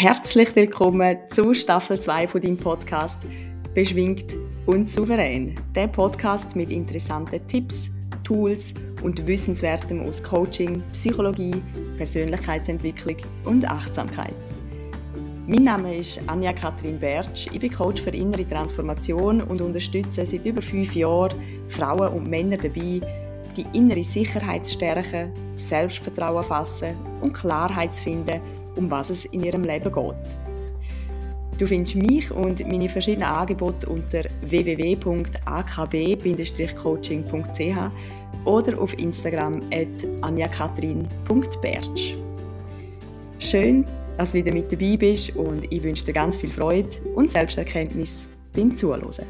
Herzlich willkommen zu Staffel 2 von deinem Podcast «Beschwingt und souverän». Der Podcast mit interessanten Tipps, Tools und Wissenswertem aus Coaching, Psychologie, Persönlichkeitsentwicklung und Achtsamkeit. Mein Name ist Anja-Kathrin Bertsch. Ich bin Coach für innere Transformation und unterstütze seit über 5 Jahren Frauen und Männer dabei, die innere Sicherheit zu stärken, Selbstvertrauen fassen und Klarheit zu finden, um was es in ihrem Leben geht. Du findest mich und meine verschiedenen Angebote unter www.akb-coaching.ch oder auf Instagram @anjakatrin.bertsch. Schön, dass du wieder mit dabei bist und ich wünsche dir ganz viel Freude und Selbsterkenntnis beim Zuhören.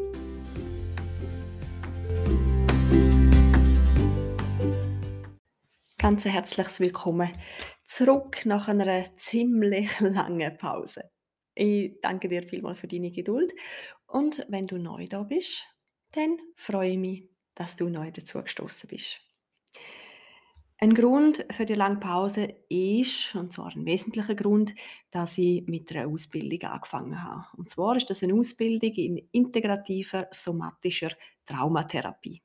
Ganz herzliches Willkommen zurück nach einer ziemlich langen Pause. Ich danke dir vielmals für deine Geduld und wenn du neu da bist, dann freue ich mich, dass du neu dazu gestoßen bist. Ein Grund für die lange Pause ist, und zwar ein wesentlicher Grund, dass ich mit einer Ausbildung angefangen habe. Und zwar ist das eine Ausbildung in integrativer somatischer Traumatherapie.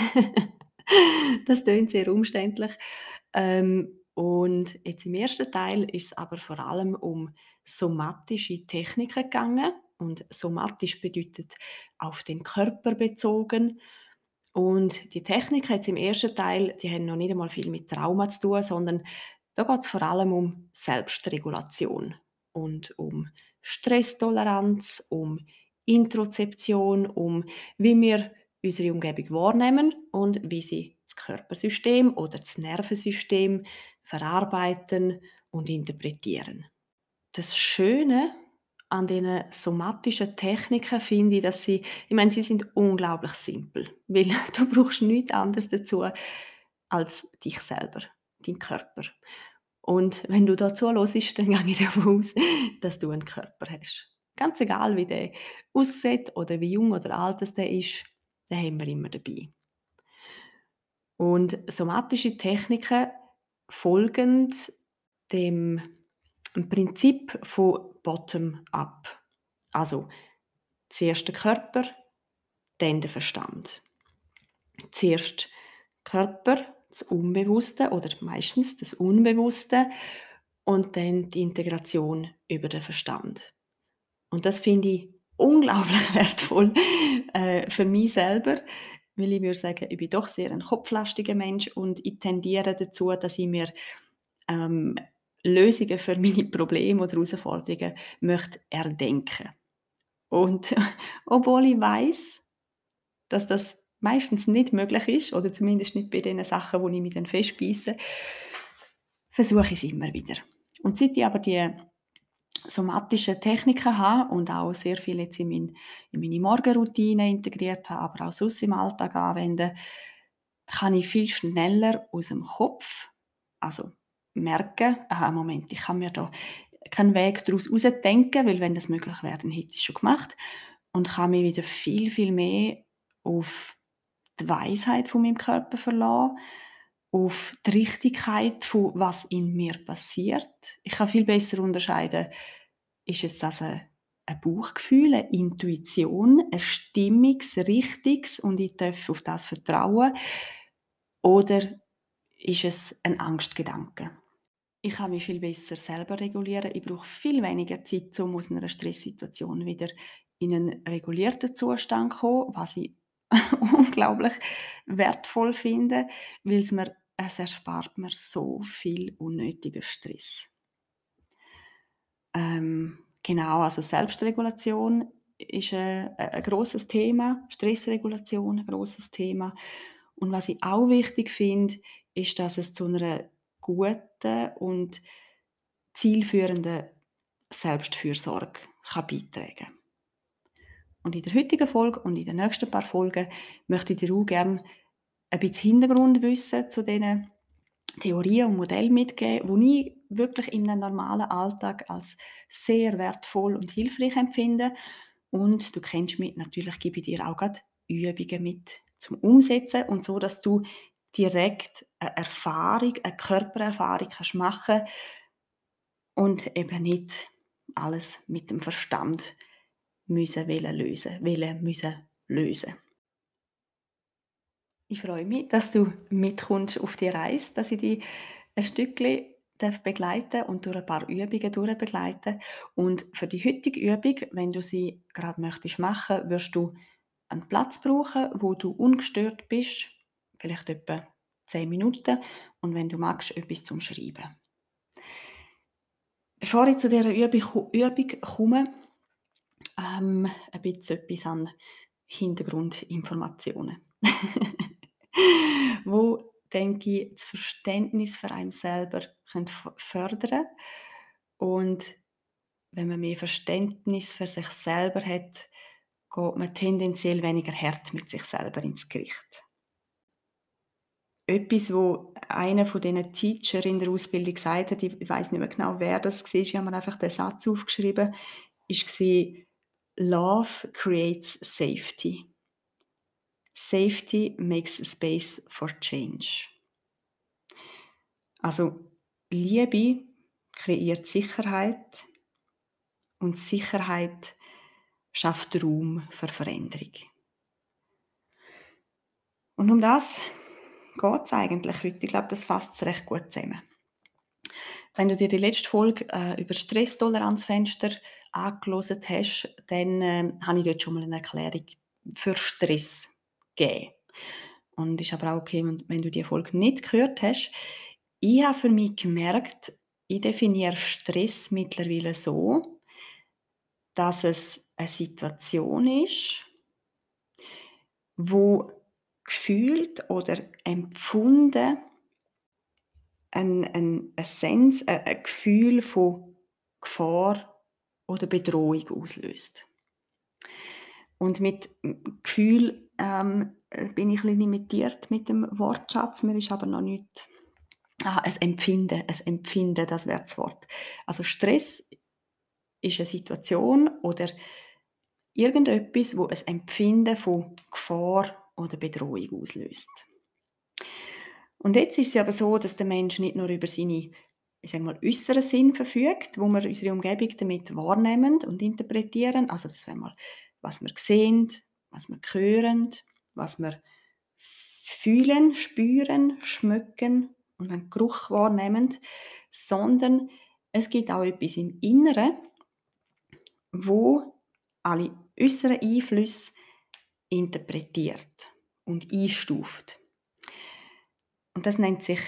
Das klingt sehr umständlich. Und jetzt im ersten Teil ist es aber vor allem um somatische Techniken gegangen. Und somatisch bedeutet auf den Körper bezogen. Und die Techniken jetzt im ersten Teil, die haben noch nicht einmal viel mit Trauma zu tun, sondern da geht es vor allem um Selbstregulation und um Stresstoleranz, um Introzeption, um wie wir unsere Umgebung wahrnehmen und wie sie das Körpersystem oder das Nervensystem verarbeiten und interpretieren. Das Schöne an diesen somatischen Techniken finde ich, dass sie sind unglaublich simpel, weil du brauchst nichts anderes dazu als dich selber, deinen Körper. Und wenn du da zuhörst, dann gehe ich davon aus, dass du einen Körper hast. Ganz egal, wie der aussieht oder wie jung oder alt der ist, den haben wir immer dabei. Und somatische Techniken folgen dem Prinzip von Bottom-up. Also zuerst der Körper, dann der Verstand. Zuerst Körper, das Unbewusste oder meistens das Unbewusste und dann die Integration über den Verstand. Und das finde ich unglaublich wertvoll für mich selber, weil ich würde sagen, ich bin doch sehr ein kopflastiger Mensch und ich tendiere dazu, dass ich mir Lösungen für meine Probleme oder Herausforderungen möchte erdenken. Und obwohl ich weiss, dass das meistens nicht möglich ist, oder zumindest nicht bei den Sachen, wo ich mich dann festbeisse, versuche ich es immer wieder. Und seit ich aber die somatische Techniken habe und auch sehr viel jetzt in meine Morgenroutine integriert habe, aber auch sonst im Alltag anwenden, kann ich viel schneller aus dem Kopf, also merken, Moment, ich kann mir da keinen Weg daraus denken, weil wenn das möglich wäre, dann hätte ich es schon gemacht und kann mich wieder viel, viel mehr auf die Weisheit von meinem Körper verlassen, auf die Richtigkeit von was in mir passiert. Ich kann viel besser unterscheiden, ist es das ein Bauchgefühl, eine Intuition, ein stimmiges, richtiges und ich darf auf das vertrauen, oder ist es ein Angstgedanke? Ich kann mich viel besser selber regulieren. Ich brauche viel weniger Zeit, um aus einer Stresssituation wieder in einen regulierten Zustand zu kommen, was ich unglaublich wertvoll finde, weil es erspart mir so viel unnötigen Stress. Genau, also Selbstregulation ist ein grosses Thema, Stressregulation ein grosses Thema. Und was ich auch wichtig finde, ist, dass es zu einer guten und zielführenden Selbstfürsorge beitragen kann. Und in der heutigen Folge und in den nächsten paar Folgen möchte ich dir auch gerne ein bisschen Hintergrundwissen zu diesen Theorien und Modellen mitgeben, die ich wirklich in einem normalen Alltag als sehr wertvoll und hilfreich empfinde. Und du kennst mich, natürlich gebe ich dir auch gerade Übungen mit zum Umsetzen und so, dass du direkt eine Erfahrung, eine Körpererfahrung kannst machen und eben nicht alles mit dem Verstand müssen lösen. Ich freue mich, dass du mitkommst auf die Reise, dass ich dich ein Stückchen begleiten und durch ein paar Übungen durchbegleiten. Und für die heutige Übung, wenn du sie gerade möchtest machen, wirst du einen Platz brauchen, wo du ungestört bist, vielleicht etwa 10 Minuten und wenn du magst, etwas zum Schreiben. Bevor ich zu dieser Übung komme, ein bisschen etwas an Hintergrundinformationen. Wo, denke ich, das Verständnis für einen selber fördern und wenn man mehr Verständnis für sich selber hat, geht man tendenziell weniger hart mit sich selber ins Gericht. Etwas, wo einer von diesen Teacher in der Ausbildung gesagt hat, ich weiß nicht mehr genau, wer das war, ich habe mir einfach den Satz aufgeschrieben, war: «Love creates safety. Safety makes space for change.» Also Liebe kreiert Sicherheit und Sicherheit schafft Raum für Veränderung. Und um das geht es eigentlich heute. Ich glaube, das fasst es recht gut zusammen. Wenn du dir die letzte Folge über Stresstoleranzfenster angehört hast, dann habe ich dort schon mal eine Erklärung für Stress gegeben. Und ist aber auch okay, wenn du die Folge nicht gehört hast. Ich habe für mich gemerkt, ich definiere Stress mittlerweile so, dass es eine Situation ist, wo gefühlt oder empfunden ein Gefühl von Gefahr oder Bedrohung auslöst. Und mit Gefühl bin ich ein bisschen limitiert mit dem Wortschatz, mir ist aber noch nicht ein Empfinden, das wäre das Wort. Also Stress ist eine Situation oder irgendetwas, wo ein Empfinden von Gefahr oder Bedrohung auslöst. Und jetzt ist es aber so, dass der Mensch nicht nur über seine, ich sage mal, äußeren Sinn verfügt, wo wir unsere Umgebung damit wahrnehmen und interpretieren. Also das wäre mal, was wir sehen, was wir hören, was wir fühlen, spüren, schmecken und einen Geruch wahrnehmen, sondern es gibt auch etwas im Inneren, wo alle äußeren Einflüsse interpretiert und einstuft. Und das nennt sich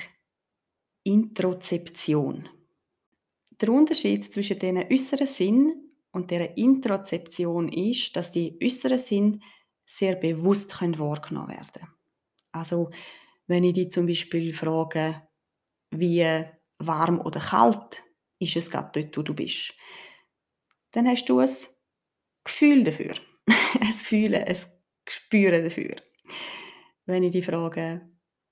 Introzeption. Der Unterschied zwischen diesen äußeren Sinn und der Introzeption ist, dass die äußeren Sinne sehr bewusst wahrgenommen werden können. Also, wenn ich dich zum Beispiel frage, wie warm oder kalt ist es gerade dort, wo du bist, dann hast du ein Gefühl dafür, ein Fühlen, ein Spüren dafür. Wenn ich dich frage,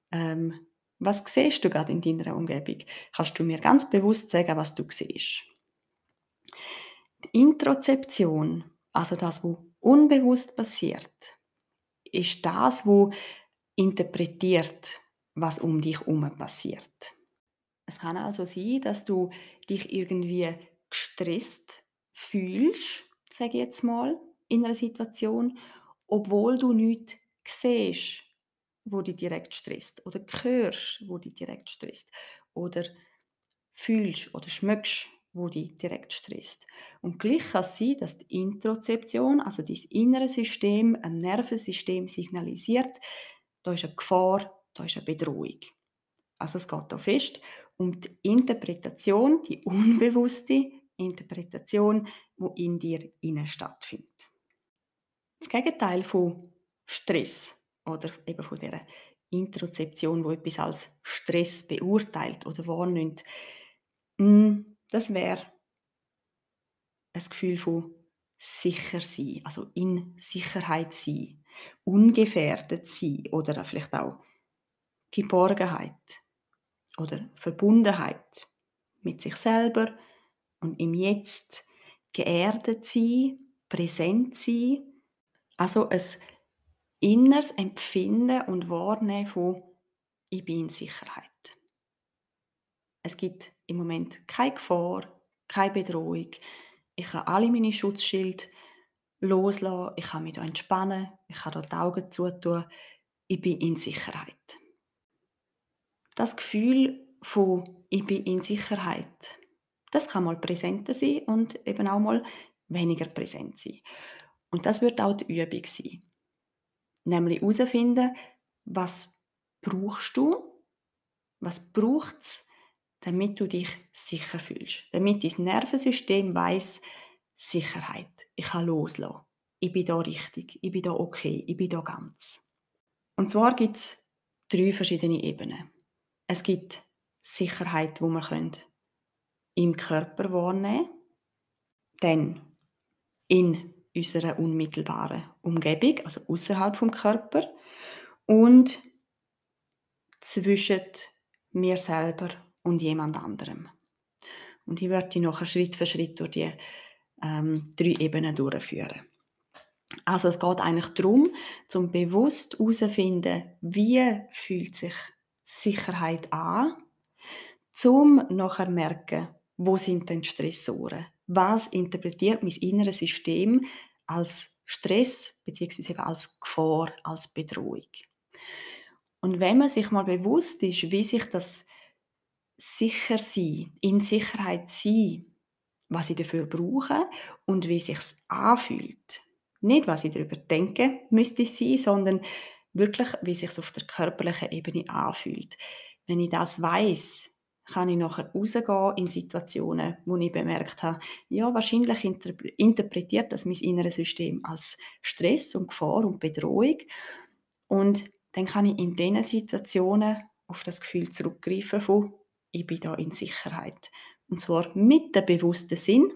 was siehst du gerade in deiner Umgebung, kannst du mir ganz bewusst sagen, was du siehst. Die Introzeption, also das, was unbewusst passiert, ist das, was interpretiert, was um dich herum passiert. Es kann also sein, dass du dich irgendwie gestresst fühlst, sage ich jetzt mal, in einer Situation, obwohl du nichts siehst, wo dich direkt stresst, oder hörst, wo dich direkt stresst, oder fühlst oder schmeckst, wo dich direkt stresst. Und gleich kann es sein, dass die Introzeption, also dein innere System, ein Nervensystem signalisiert, da ist eine Gefahr, da ist eine Bedrohung. Also es geht da fest um die Interpretation, die unbewusste Interpretation, die in dir innen stattfindet. Das Gegenteil von Stress oder eben von dieser Introzeption, wo etwas als Stress beurteilt oder wahrnimmt, das wäre ein Gefühl von sicher sein, also in Sicherheit sein, ungefährdet sein oder vielleicht auch Geborgenheit oder Verbundenheit mit sich selber und im Jetzt, geerdet sein, präsent sein, also ein inneres Empfinden und Wahrnehmen von «Ich bin in Sicherheit». Es gibt im Moment keine Gefahr, keine Bedrohung. Ich kann alle meine Schutzschilde loslassen, ich kann mich da entspannen, ich kann da die Augen zutun, ich bin in Sicherheit. Das Gefühl von «Ich bin in Sicherheit», das kann mal präsenter sein und eben auch mal weniger präsent sein. Und das wird auch die Übung sein. Nämlich herausfinden, was brauchst du, was braucht es, damit du dich sicher fühlst. Damit dein Nervensystem weiss, Sicherheit, ich kann loslassen. Ich bin da richtig, ich bin da okay, ich bin da ganz. Und zwar gibt es 3 verschiedene Ebenen. Es gibt Sicherheit, wo wir im Körper wahrnehmen können, dann in unserer unmittelbaren Umgebung, also außerhalb vom Körper und zwischen mir selber und jemand anderem. Und ich werde dich nachher Schritt für Schritt durch die 3 Ebenen durchführen. Also es geht eigentlich darum, zum bewusst herauszufinden, wie fühlt sich Sicherheit an, zum nachher merken, wo sind denn die Stressoren? Was interpretiert mein inneres System als Stress bzw. eben als Gefahr, als Bedrohung? Und wenn man sich mal bewusst ist, wie sich das sicher sein, in Sicherheit sein, was ich dafür brauche und wie sich's anfühlt. Nicht, was ich darüber denke, müsste es sein, sondern wirklich, wie sich's auf der körperlichen Ebene anfühlt. Wenn ich das weiß, kann ich nachher rausgehen in Situationen, wo ich bemerkt habe, ja, wahrscheinlich interpretiert das mein inneres System als Stress und Gefahr und Bedrohung. Und dann kann ich in diesen Situationen auf das Gefühl zurückgreifen von, ich bin da in Sicherheit. Und zwar mit dem bewussten Sinn.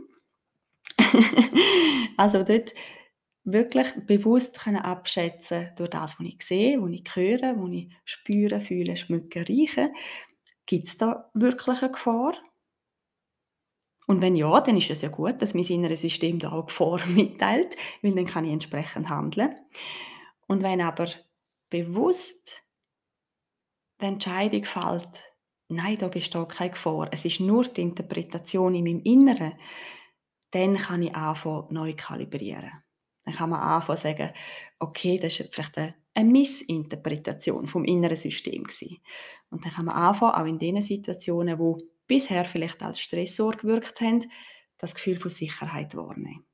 Also dort wirklich bewusst können abschätzen durch das, was ich sehe, was ich höre, was ich spüre, fühle, schmecke, rieche. Gibt es da wirklich eine Gefahr? Und wenn ja, dann ist es ja gut, dass mein inneres System da auch Gefahr mitteilt, weil dann kann ich entsprechend handeln. Und wenn aber bewusst die Entscheidung fällt, nein, da besteht keine Gefahr, es ist nur die Interpretation in meinem Inneren, dann kann ich anfangen, neu kalibrieren. Dann kann man anfangen zu sagen, okay, das ist vielleicht eine Missinterpretation vom inneren System gewesen. Und dann kann man anfangen, auch in den Situationen, wo bisher vielleicht als Stressor gewirkt haben, das Gefühl von Sicherheit wahrnehmen.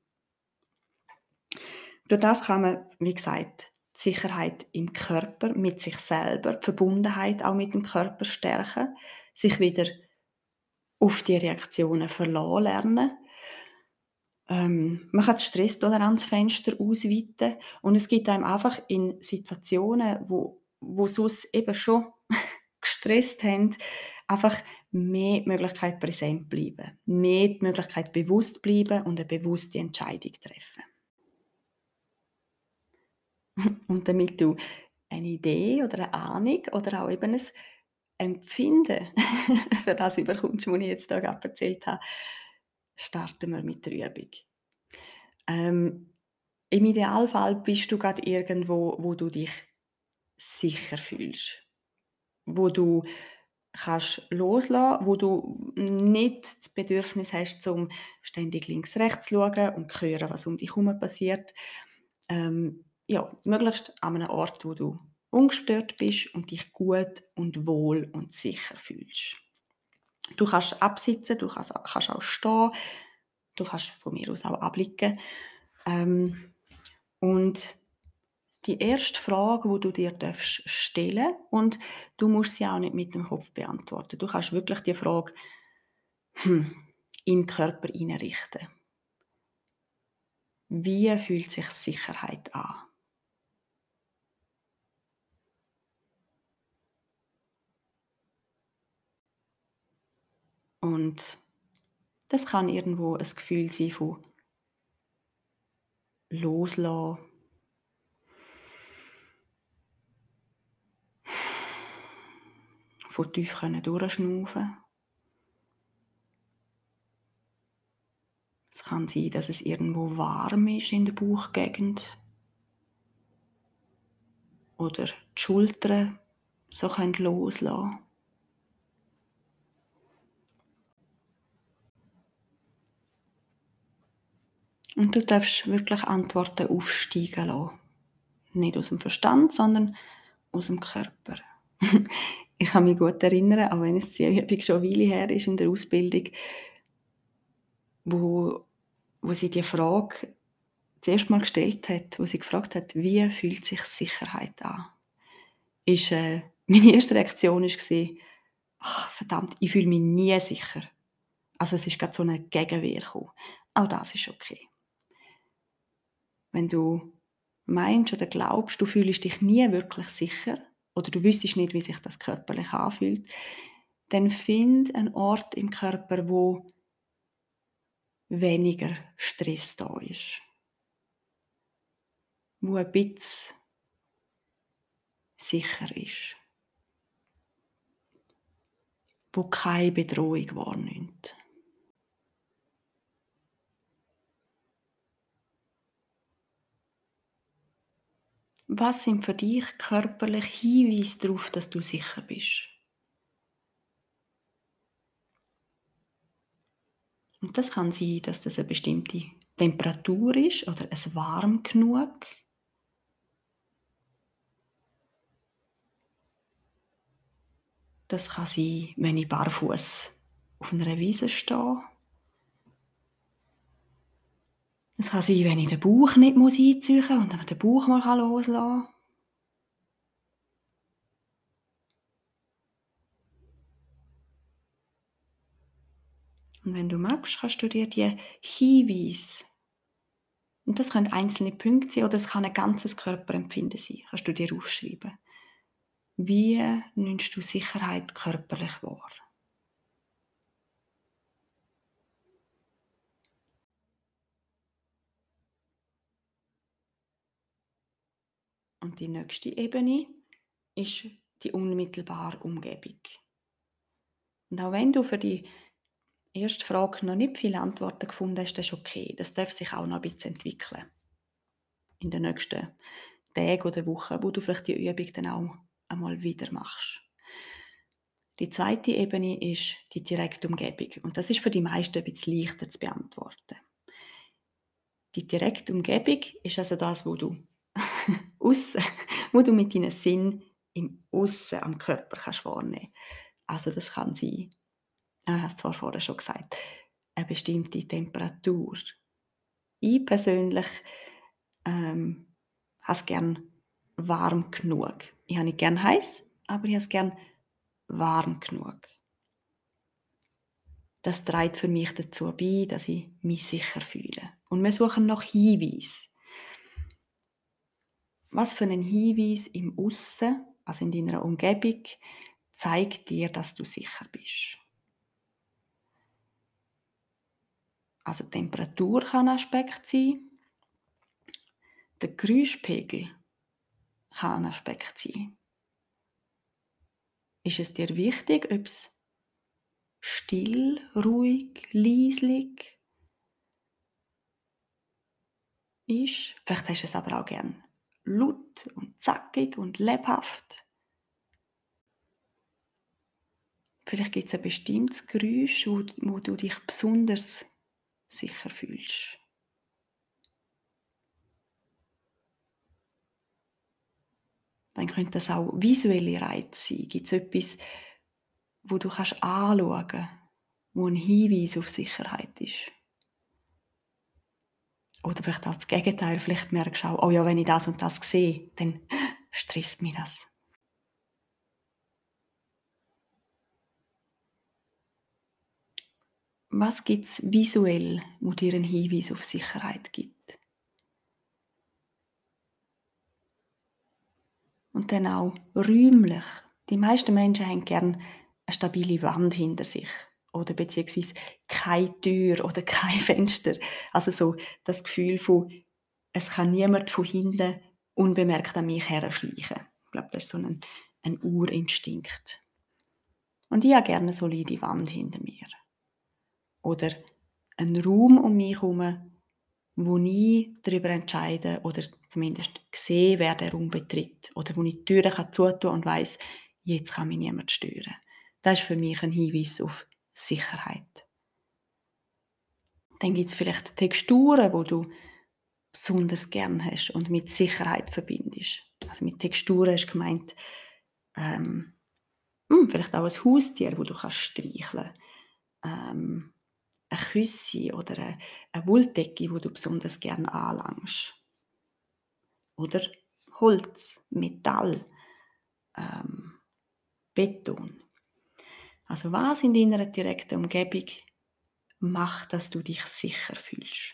Durch das kann man, wie gesagt, die Sicherheit im Körper, mit sich selber, die Verbundenheit auch mit dem Körper stärken, sich wieder auf die Reaktionen verlassen lernen. Man kann das Stresstoleranzfenster ausweiten und es gibt einem einfach in Situationen, wo sonst eben schon gestresst haben, einfach mehr die Möglichkeit präsent bleiben, mehr die Möglichkeit bewusst bleiben und eine bewusste Entscheidung treffen. Und damit du eine Idee oder eine Ahnung oder auch eben ein Empfinden für das überkommst, was ich jetzt hier gerade erzählt habe, starten wir mit der Übung. Ähm, Im Idealfall bist du gerade irgendwo, wo du dich sicher fühlst, wo du kannst loslassen, wo du nicht das Bedürfnis hast, um ständig links, rechts zu schauen und zu hören, was um dich herum passiert. Ja, möglichst an einem Ort, wo du ungestört bist und dich gut und wohl und sicher fühlst. Du kannst absitzen, kannst auch stehen, du kannst von mir aus auch abliegen. Und die erste Frage, die du dir stellen darfst, und du musst sie auch nicht mit dem Kopf beantworten. Du kannst wirklich die Frage in den Körper einrichten. Wie fühlt sich Sicherheit an? Und das kann irgendwo ein Gefühl sein von Loslassen, von tief durchschnaufen. Es kann sein, dass es irgendwo warm ist in der Bauchgegend oder die Schultern so loslassen können. Und du darfst wirklich Antworten aufsteigen lassen. Nicht aus dem Verstand, sondern aus dem Körper. Ich kann mich gut erinnern, auch wenn es die Übung schon eine Weile her ist in der Ausbildung, wo, wo sie die Frage zuerst mal gestellt hat, wo sie gefragt hat, wie fühlt sich Sicherheit an? Ist, meine erste Reaktion war, ach, verdammt, ich fühle mich nie sicher. Also es ist gerade so eine Gegenwehr gekommen. Auch das ist okay. Wenn du meinst oder glaubst, du fühlst dich nie wirklich sicher oder du wüsstest nicht, wie sich das körperlich anfühlt, dann find einen Ort im Körper, wo weniger Stress da ist, wo ein bisschen sicher ist, wo keine Bedrohung wahrnimmt. Was sind für dich körperlich Hinweise darauf, dass du sicher bist? Und das kann sein, dass das eine bestimmte Temperatur ist oder es warm genug. Das kann sein, wenn ich barfuß auf einer Wiese stehe. Es kann sein, wenn ich den Bauch nicht einziehen muss und den Bauch mal loslassen kann. Und wenn du magst, kannst du dir die Hinweise, und das können einzelne Punkte sein oder es kann ein ganzes Körperempfinden sein, kannst du dir aufschreiben. Wie nimmst du Sicherheit körperlich wahr? Und die nächste Ebene ist die unmittelbare Umgebung. Und auch wenn du für die erste Frage noch nicht viele Antworten gefunden hast, das ist okay. Das darf sich auch noch ein bisschen entwickeln. In den nächsten Tagen oder Wochen, wo du vielleicht die Übung dann auch einmal wieder machst. Die zweite Ebene ist die direkte Umgebung. Und das ist für die meisten ein bisschen leichter zu beantworten. Die direkte Umgebung ist also das, wo du aussen, wo du mit deinen Sinnen im Aussen am Körper kannst wahrnehmen. Also das kann sein, ich habe es zwar vorher schon gesagt, eine bestimmte Temperatur. Ich persönlich habe es gerne warm genug. Ich habe nicht gerne heiß, aber ich habe es gerne warm genug. Das trägt für mich dazu bei, dass ich mich sicher fühle. Und wir suchen nach Hinweis. Was für ein Hinweis im Aussen, also in deiner Umgebung, zeigt dir, dass du sicher bist? Also die Temperatur kann ein Aspekt sein, der Geräuschpegel kann ein Aspekt sein. Ist es dir wichtig, ob es still, ruhig, leislich ist? Vielleicht hast du es aber auch gern laut und zackig und lebhaft. Vielleicht gibt es ein bestimmtes Geräusch, wo du dich besonders sicher fühlst. Dann könnte das auch visuelle Reize sein. Gibt es etwas, wo du kannst anschauen, wo ein Hinweis auf Sicherheit ist? Oder vielleicht auch das Gegenteil. Vielleicht merkst du auch, oh ja, wenn ich das und das sehe, dann stresst mich das. Was gibt es visuell, wo dir einen Hinweis auf Sicherheit gibt? Und dann auch räumlich. Die meisten Menschen haben gerne eine stabile Wand hinter sich. Oder beziehungsweise keine Tür oder kein Fenster. Also so das Gefühl von, es kann niemand von hinten unbemerkt an mich herschleichen. Ich glaube, das ist so ein Urinstinkt. Und ich habe gerne eine solide Wand hinter mir. Oder einen Raum um mich herum, wo ich darüber entscheide oder zumindest sehe, wer den Raum betritt. Oder wo ich die Türen zutun kann und weiss, jetzt kann mich niemand stören. Das ist für mich ein Hinweis auf Sicherheit. Dann gibt es vielleicht Texturen, wo du besonders gern hast und mit Sicherheit verbindest. Also mit Texturen ist gemeint, ähm, vielleicht auch ein Haustier, wo du kannst streicheln. Ähm, ein Küssi oder eine Wolldecke, wo du besonders gern anlangst. Oder Holz, Metall, ähm, Beton. Also was in deiner direkten Umgebung macht, dass du dich sicher fühlst?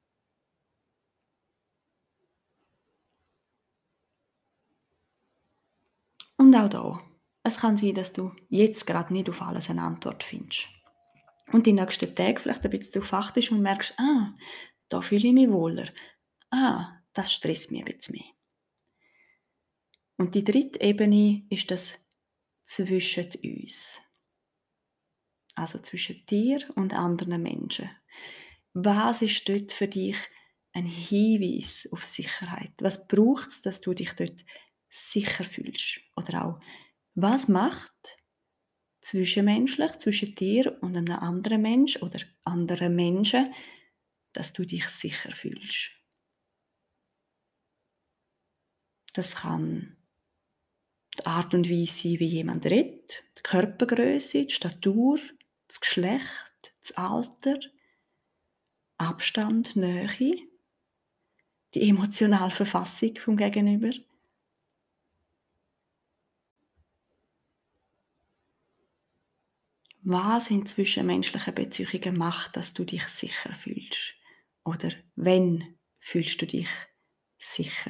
Und auch da, es kann sein, dass du jetzt gerade nicht auf alles eine Antwort findest. Und die nächsten Tage vielleicht ein bisschen darauf achtest und merkst, da fühle ich mich wohler. Das stresst mich ein bisschen mehr. Und die dritte Ebene ist das zwischen uns. Also zwischen dir und anderen Menschen. Was ist dort für dich ein Hinweis auf Sicherheit? Was braucht es, dass du dich dort sicher fühlst? Oder auch, was macht zwischenmenschlich, zwischen dir und einem anderen Mensch oder anderen Menschen, dass du dich sicher fühlst? Das kann die Art und Weise sein, wie jemand redet, die Körpergröße, die Statur, das Geschlecht, das Alter, Abstand, Nähe, die emotionale Verfassung vom Gegenüber. Was in zwischenmenschlichen Beziehungen macht, dass du dich sicher fühlst? Oder wenn fühlst du dich sicher?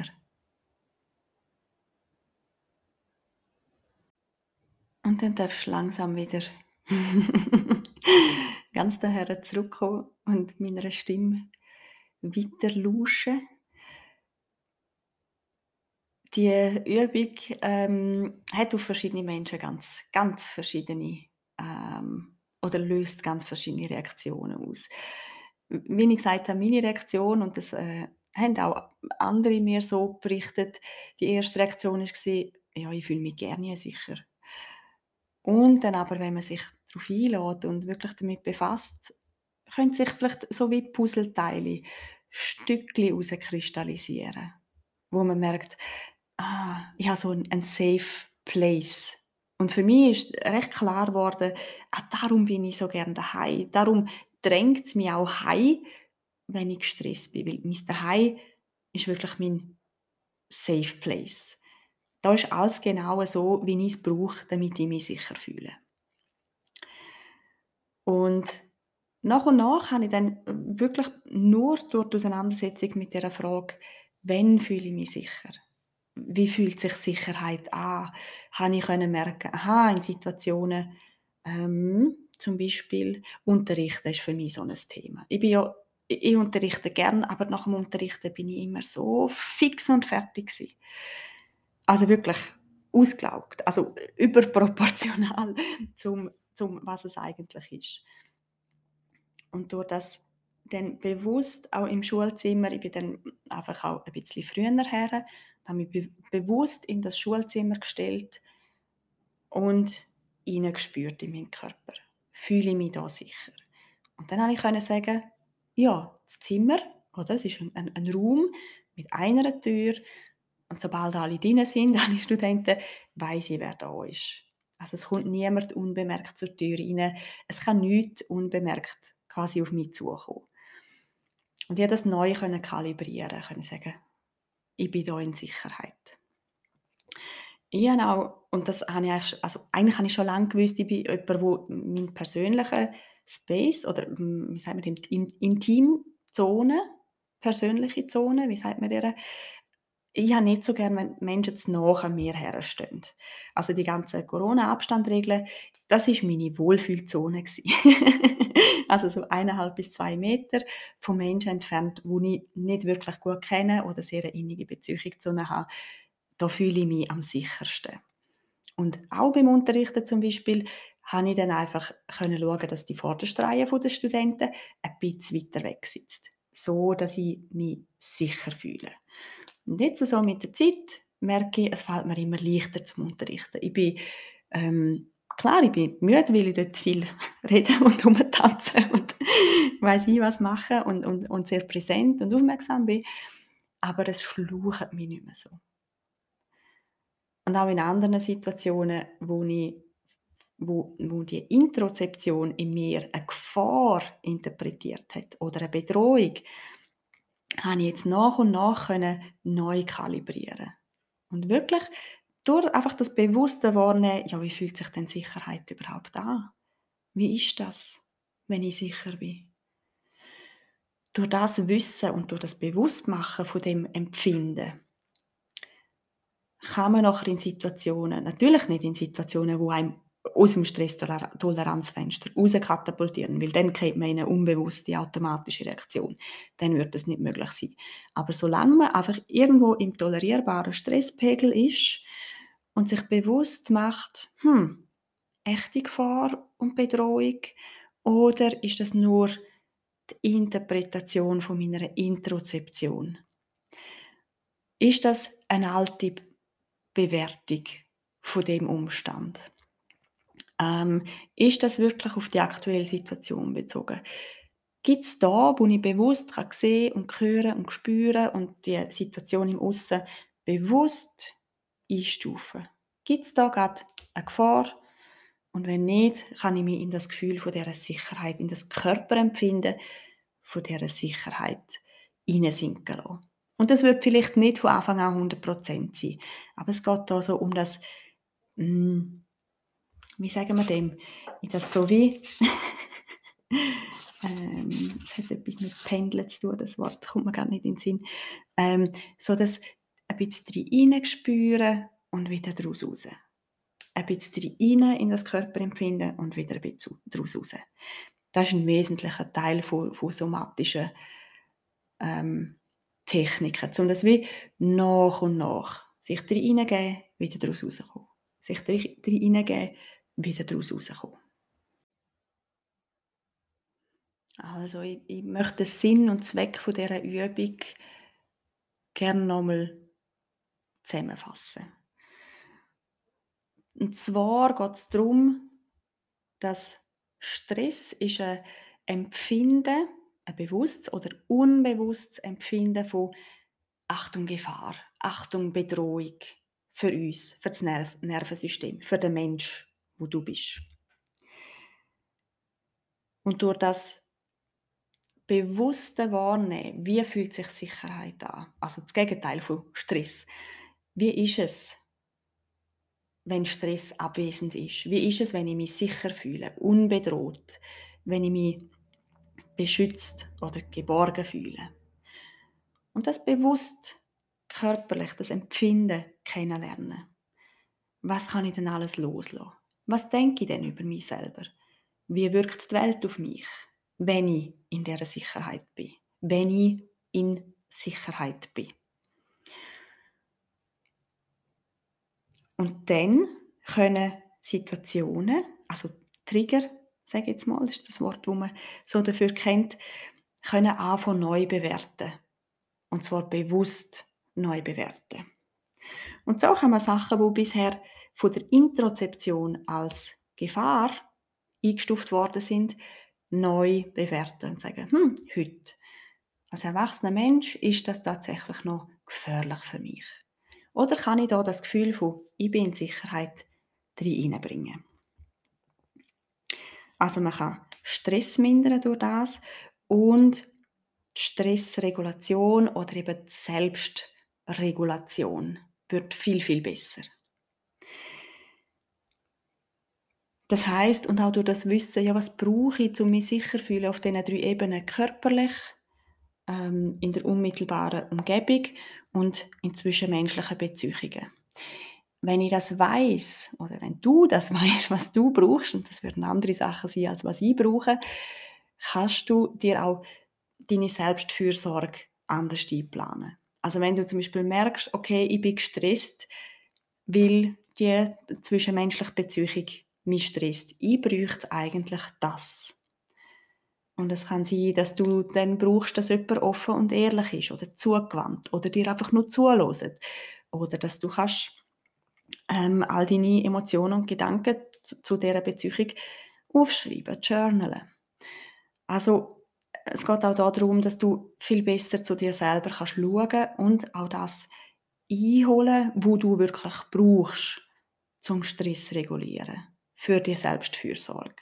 Und dann darfst du langsam wieder ganz daher zurückkommen und meiner Stimme weiter lauschen. Die Übung, hat auf verschiedene Menschen ganz verschiedene, oder löst ganz verschiedene Reaktionen aus. Wie ich gesagt habe, meine Reaktion und das, haben auch andere mir so berichtet, die erste Reaktion war: «Ja, ich fühle mich gerne sicher.» Und dann aber, wenn man sich darauf einlässt und wirklich damit befasst, können sich vielleicht so wie Puzzleteile Stückchen herauskristallisieren, wo man merkt: ich habe so 'n Safe Place. Und für mich ist recht klar geworden: darum bin ich so gern daheim. Darum drängt's mich auch heim, wenn ich gestresst bin, weil mein Daheim ist wirklich mein Safe Place. Da ist alles genau so, wie ich's brauche, damit ich mich sicher fühle. Und nach habe ich dann wirklich nur durch die Auseinandersetzung mit dieser Frage: «Wann fühle ich mich sicher? Wie fühlt sich Sicherheit an?» Habe ich können merken, in Situationen, zum Beispiel Unterrichten ist für mich so ein Thema. Ich unterrichte gern, aber nach dem Unterrichten bin ich immer so fix und fertig gewesen. Also wirklich ausgelaugt, also überproportional zum was es eigentlich ist. Und durch das dann bewusst auch im Schulzimmer, ich bin dann einfach auch ein bisschen früher her, habe mich bewusst in das Schulzimmer gestellt und hineingespürt in meinen Körper. Fühle ich mich da sicher? Und dann konnte ich sagen: «Ja, das Zimmer, oder, es ist ein Raum mit einer Tür und sobald alle drin sind, alle Studenten, weiss ich, wer da ist.» Also, es kommt niemand unbemerkt zur Tür rein. Es kann nichts unbemerkt quasi auf mich zukommen. Und ich konnte das neu kalibrieren, können sagen: «Ich bin hier in Sicherheit.» Ich habe auch und das habe ich eigentlich habe ich schon lange gewusst, ich bin jemand, der meinen persönlichen Space oder, wie sagt man dem, Intimzone, persönliche Zone, wie sagt man der? Ich habe nicht so gern, wenn Menschen zu nahe an mir herstehen. Also, die ganzen Corona-Abstandregeln, das war meine Wohlfühlzone gsi. Also, so 1,5 bis 2 Meter von Menschen entfernt, die ich nicht wirklich gut kenne oder sehr eine innige Beziehung zu ihnen habe. Da fühle ich mich am sichersten. Und auch beim Unterrichten zum Beispiel habe ich dann einfach können schauen, dass die vorderste Reihe der Studenten ein bisschen weiter weg sitzt, so dass ich mich sicher fühle. Und jetzt so mit der Zeit merke ich, es fällt mir immer leichter zum Unterrichten. Ich bin, Klar, ich bin müde, weil ich dort viel rede und rumtanze und weiss ich was mache und sehr präsent und aufmerksam bin, aber es schlaucht mich nicht mehr so. Und auch in anderen Situationen, wo die Introzeption in mir eine Gefahr interpretiert hat oder eine Bedrohung, habe ich jetzt nach und nach neu kalibrieren. Und wirklich durch einfach das bewusste Wahrnehmen, ja, wie fühlt sich denn Sicherheit überhaupt an? Wie ist das, wenn ich sicher bin? Durch das Wissen und durch das Bewusstmachen von dem Empfinden kann man nachher in Situationen, natürlich nicht in Situationen, wo einem aus dem Stresstoleranzfenster rauskatapultieren, weil dann kriegt man in eine unbewusste automatische Reaktion. Dann wird das nicht möglich sein. Aber solange man einfach irgendwo im tolerierbaren Stresspegel ist und sich bewusst macht, echte Gefahr und Bedrohung oder ist das nur die Interpretation von meiner Introzeption? Ist das eine alte Bewertung von dem Umstand? Ist das wirklich auf die aktuelle Situation bezogen? Gibt es da, wo ich bewusst sehen und hören und spüren und die Situation im Aussen bewusst einstufen? Gibt es da gerade eine Gefahr? Und wenn nicht, kann ich mich in das Gefühl von dieser Sicherheit, in das Körperempfinden von dieser Sicherheit hineinsinken lassen. Und das wird vielleicht nicht von Anfang an 100% sein, aber es geht da so um das, hm, wie sagen wir dem, in das so wie, es hat etwas mit Pendeln zu tun, das Wort kommt mir gar nicht in den Sinn, so das ein bisschen reinspüren und wieder daraus raus. Ein bisschen rein in das Körperempfinden und wieder ein bisschen daraus raus. Das ist ein wesentlicher Teil von somatischen Techniken, um das wie nach und nach sich reingeben, wieder daraus rauskommen. Sich reingeben, wieder daraus rauskommen. Also ich möchte den Sinn und Zweck von dieser Übung gerne nochmal zusammenfassen. Und zwar geht es darum, dass Stress ist ein Empfinden, ein bewusstes oder unbewusstes Empfinden von Achtung, Gefahr, Achtung, Bedrohung für uns, für das Nervensystem, für den Mensch, wo du bist. Und durch das bewusste Wahrnehmen, wie fühlt sich Sicherheit an, also das Gegenteil von Stress. Wie ist es, wenn Stress abwesend ist? Wie ist es, wenn ich mich sicher fühle, unbedroht, wenn ich mich beschützt oder geborgen fühle? Und das bewusst körperlich, das Empfinden kennenlernen. Was kann ich denn alles loslassen? Was denke ich denn über mich selber? Wie wirkt die Welt auf mich, wenn ich in dieser Sicherheit bin? Wenn ich in Sicherheit bin. Und dann können Situationen, also Trigger, sage ich jetzt mal, das ist das Wort, das man so dafür kennt, können anfangen neu bewerten. Und zwar bewusst neu bewerten. Und so kann man Sachen, die bisher von der Introzeption als Gefahr eingestuft worden sind, neu bewerten und sagen, heute, als erwachsener Mensch, ist das tatsächlich noch gefährlich für mich? Oder kann ich da das Gefühl von, ich bin in Sicherheit, reinbringen? Also man kann Stress mindern durch das und die Stressregulation oder eben die Selbstregulation wird viel, viel besser. Das heisst, und auch durch das Wissen, ja, was brauche ich, um mich sicher zu fühlen auf diesen 3 Ebenen, körperlich, in der unmittelbaren Umgebung und in zwischenmenschlichen Beziehungen. Wenn ich das weiss, oder wenn du das weisst, was du brauchst, und das werden andere Sachen sein, als was ich brauche, kannst du dir auch deine Selbstfürsorge anders einplanen. Also wenn du zum Beispiel merkst, okay, ich bin gestresst, weil die zwischenmenschliche Beziehung mich stresst. Ich bräuchte eigentlich das. Und es kann sein, dass du dann brauchst, dass jemand offen und ehrlich ist oder zugewandt oder dir einfach nur zuhört. Oder dass du kannst all deine Emotionen und Gedanken zu dieser Beziehung aufschreiben, journalen. Also, es geht auch darum, dass du viel besser zu dir selber kannst schauen und auch das einholen, wo du wirklich brauchst, zum Stress regulieren, für die Selbstfürsorge.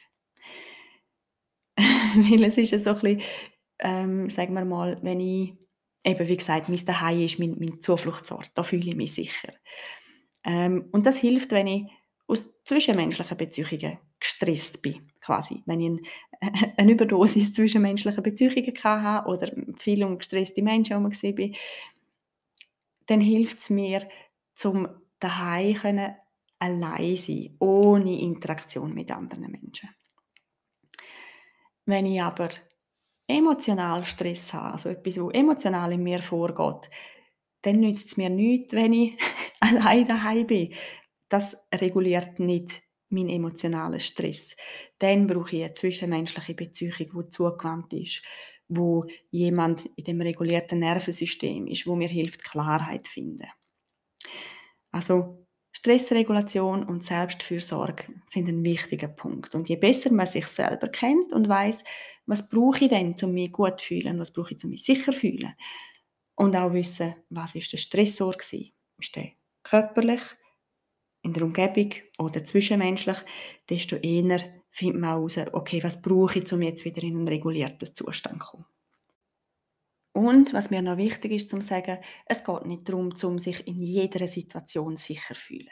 Weil es ist ja so ein bisschen, sagen wir mal, wenn ich eben, wie gesagt, mein Zuhause ist mein Zufluchtsort, da fühle ich mich sicher. Und das hilft, wenn ich aus zwischenmenschlichen Beziehungen gestresst bin, quasi. Wenn ich 'ne Überdosis zwischenmenschlicher Beziehungen hatte oder viel um gestresste Menschen herum war, dann hilft es mir, zum daheim allein sein, ohne Interaktion mit anderen Menschen. Wenn ich aber emotional Stress habe, also etwas, was emotional in mir vorgeht, dann nützt es mir nichts, wenn ich allein daheim bin. Das reguliert nicht meinen emotionalen Stress. Dann brauche ich eine zwischenmenschliche Beziehung, die zugewandt ist, wo jemand in dem regulierten Nervensystem ist, wo mir hilft, Klarheit zu finden. Also Stressregulation und Selbstfürsorge sind ein wichtiger Punkt. Und je besser man sich selber kennt und weiß, was brauche ich denn, um mich gut zu fühlen, was brauche ich, um mich sicher zu fühlen, und auch wissen, was ist der Stressor war. Ist der körperlich, in der Umgebung oder zwischenmenschlich, desto eher findet man heraus, okay, was brauche ich, um jetzt wieder in einen regulierten Zustand zu kommen. Und was mir noch wichtig ist zu sagen, es geht nicht darum, um sich in jeder Situation sicher zu fühlen.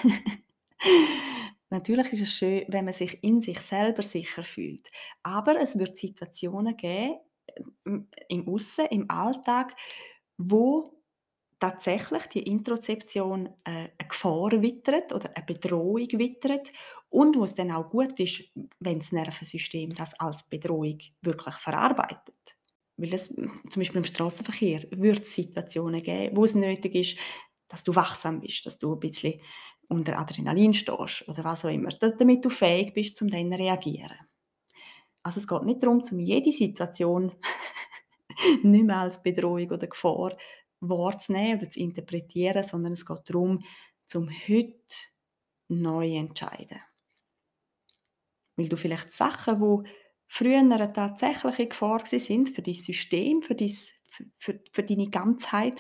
Natürlich ist es schön, wenn man sich in sich selber sicher fühlt. Aber es wird Situationen geben, im Aussen, im Alltag, wo tatsächlich die Introzeption eine Gefahr wittert oder eine Bedrohung wittert und wo es dann auch gut ist, wenn das Nervensystem das als Bedrohung wirklich verarbeitet. Weil es zum Beispiel im Strassenverkehr wird es Situationen geben, wo es nötig ist, dass du wachsam bist, dass du ein bisschen unter Adrenalin stehst oder was auch immer, damit du fähig bist, um dann zu reagieren. Also es geht nicht darum, um jede Situation nicht mehr als Bedrohung oder Gefahr wahrzunehmen oder zu interpretieren, sondern es geht darum, zum heute neu zu entscheiden. Weil du vielleicht Sachen, die früher eine tatsächliche Gefahr sind für dein System, für deine Ganzheit,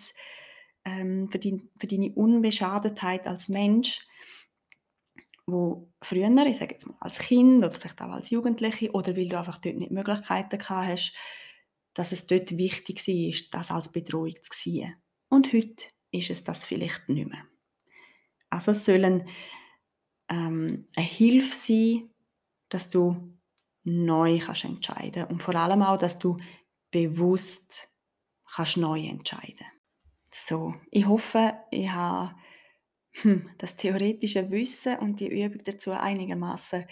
für deine Unbeschadetheit als Mensch, wo früher, ich sage jetzt mal als Kind oder vielleicht auch als Jugendliche oder weil du einfach dort nicht die Möglichkeiten gehabt hast, dass es dort wichtig war, das als Bedrohung zu sehen. Und heute ist es das vielleicht nicht mehr. Also es soll eine Hilfe sein, dass du neu kannst entscheiden und vor allem auch, dass du bewusst kannst neu entscheiden. So, ich hoffe, ich habe das theoretische Wissen und die Übung dazu einigermaßen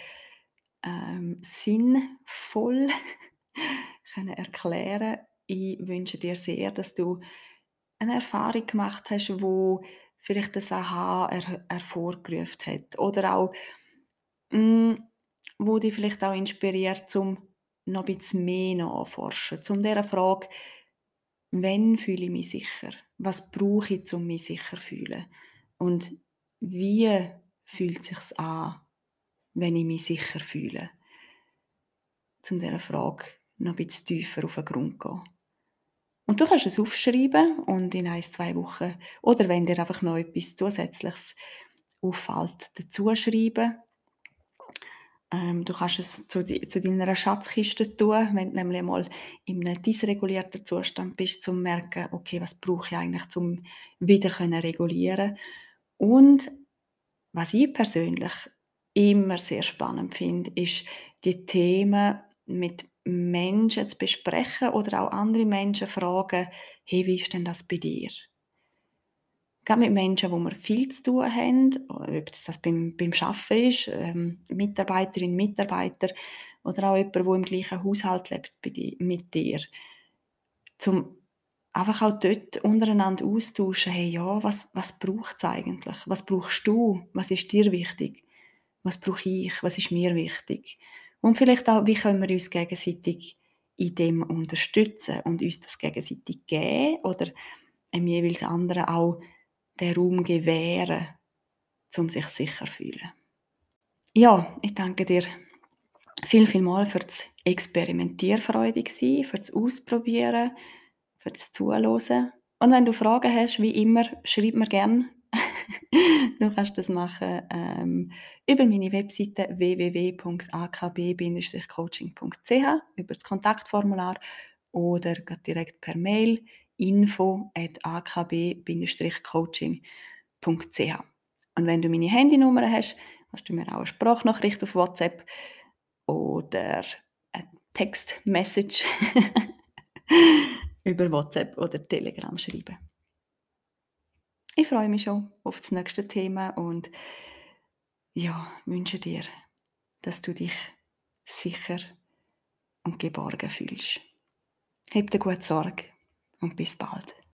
sinnvoll können erklären. Ich wünsche dir sehr, dass du eine Erfahrung gemacht hast, wo vielleicht das Aha hervorgerufen hat oder auch hm, wo dich vielleicht auch inspiriert, zum noch ein bisschen mehr nachforschen, zum dieser Frage: «Wann fühle ich mich sicher? Was brauche ich, um mich sicher zu fühlen? Und wie fühlt es sich an, wenn ich mich sicher fühle?» Zum dieser Frage noch ein bisschen tiefer auf den Grund gehen. Und du kannst es aufschreiben und in 1, 2 Wochen oder wenn dir einfach noch etwas Zusätzliches auffällt, dazu schreiben. Du kannst es zu deiner Schatzkiste tun, wenn du nämlich mal in einem dysregulierten Zustand bist, um zu merken, okay, was brauche ich eigentlich, um wieder regulieren können. Und was ich persönlich immer sehr spannend finde, ist, die Themen mit Menschen zu besprechen oder auch andere Menschen fragen, hey, wie ist denn das bei dir? Gerade mit Menschen, wo wir viel zu tun haben, ob das beim Arbeiten ist, Mitarbeiterinnen, Mitarbeiter oder auch jemand, der im gleichen Haushalt lebt mit dir. Zum einfach auch dort untereinander austauschen, hey, ja, was braucht es eigentlich? Was brauchst du? Was ist dir wichtig? Was brauche ich? Was ist mir wichtig? Und vielleicht auch, wie können wir uns gegenseitig in dem unterstützen und uns das gegenseitig geben oder dem jeweils anderen auch den Raum gewähren, um sich sicher zu fühlen. Ja, ich danke dir viel für das Experimentierfreudig sein, für das Ausprobieren, für das Zuhören. Und wenn du Fragen hast, wie immer, schreib mir gerne. Du kannst das machen über meine Webseite www.akb-coaching.ch, über das Kontaktformular oder grad direkt per Mail info@akb-coaching.ch. Und wenn du meine Handynummer hast, kannst du mir auch eine Sprachnachricht auf WhatsApp oder eine Textmessage über WhatsApp oder Telegram schreiben. Ich freue mich schon auf das nächste Thema und ja, wünsche dir, dass du dich sicher und geborgen fühlst. Hab dir gut Sorge und bis bald.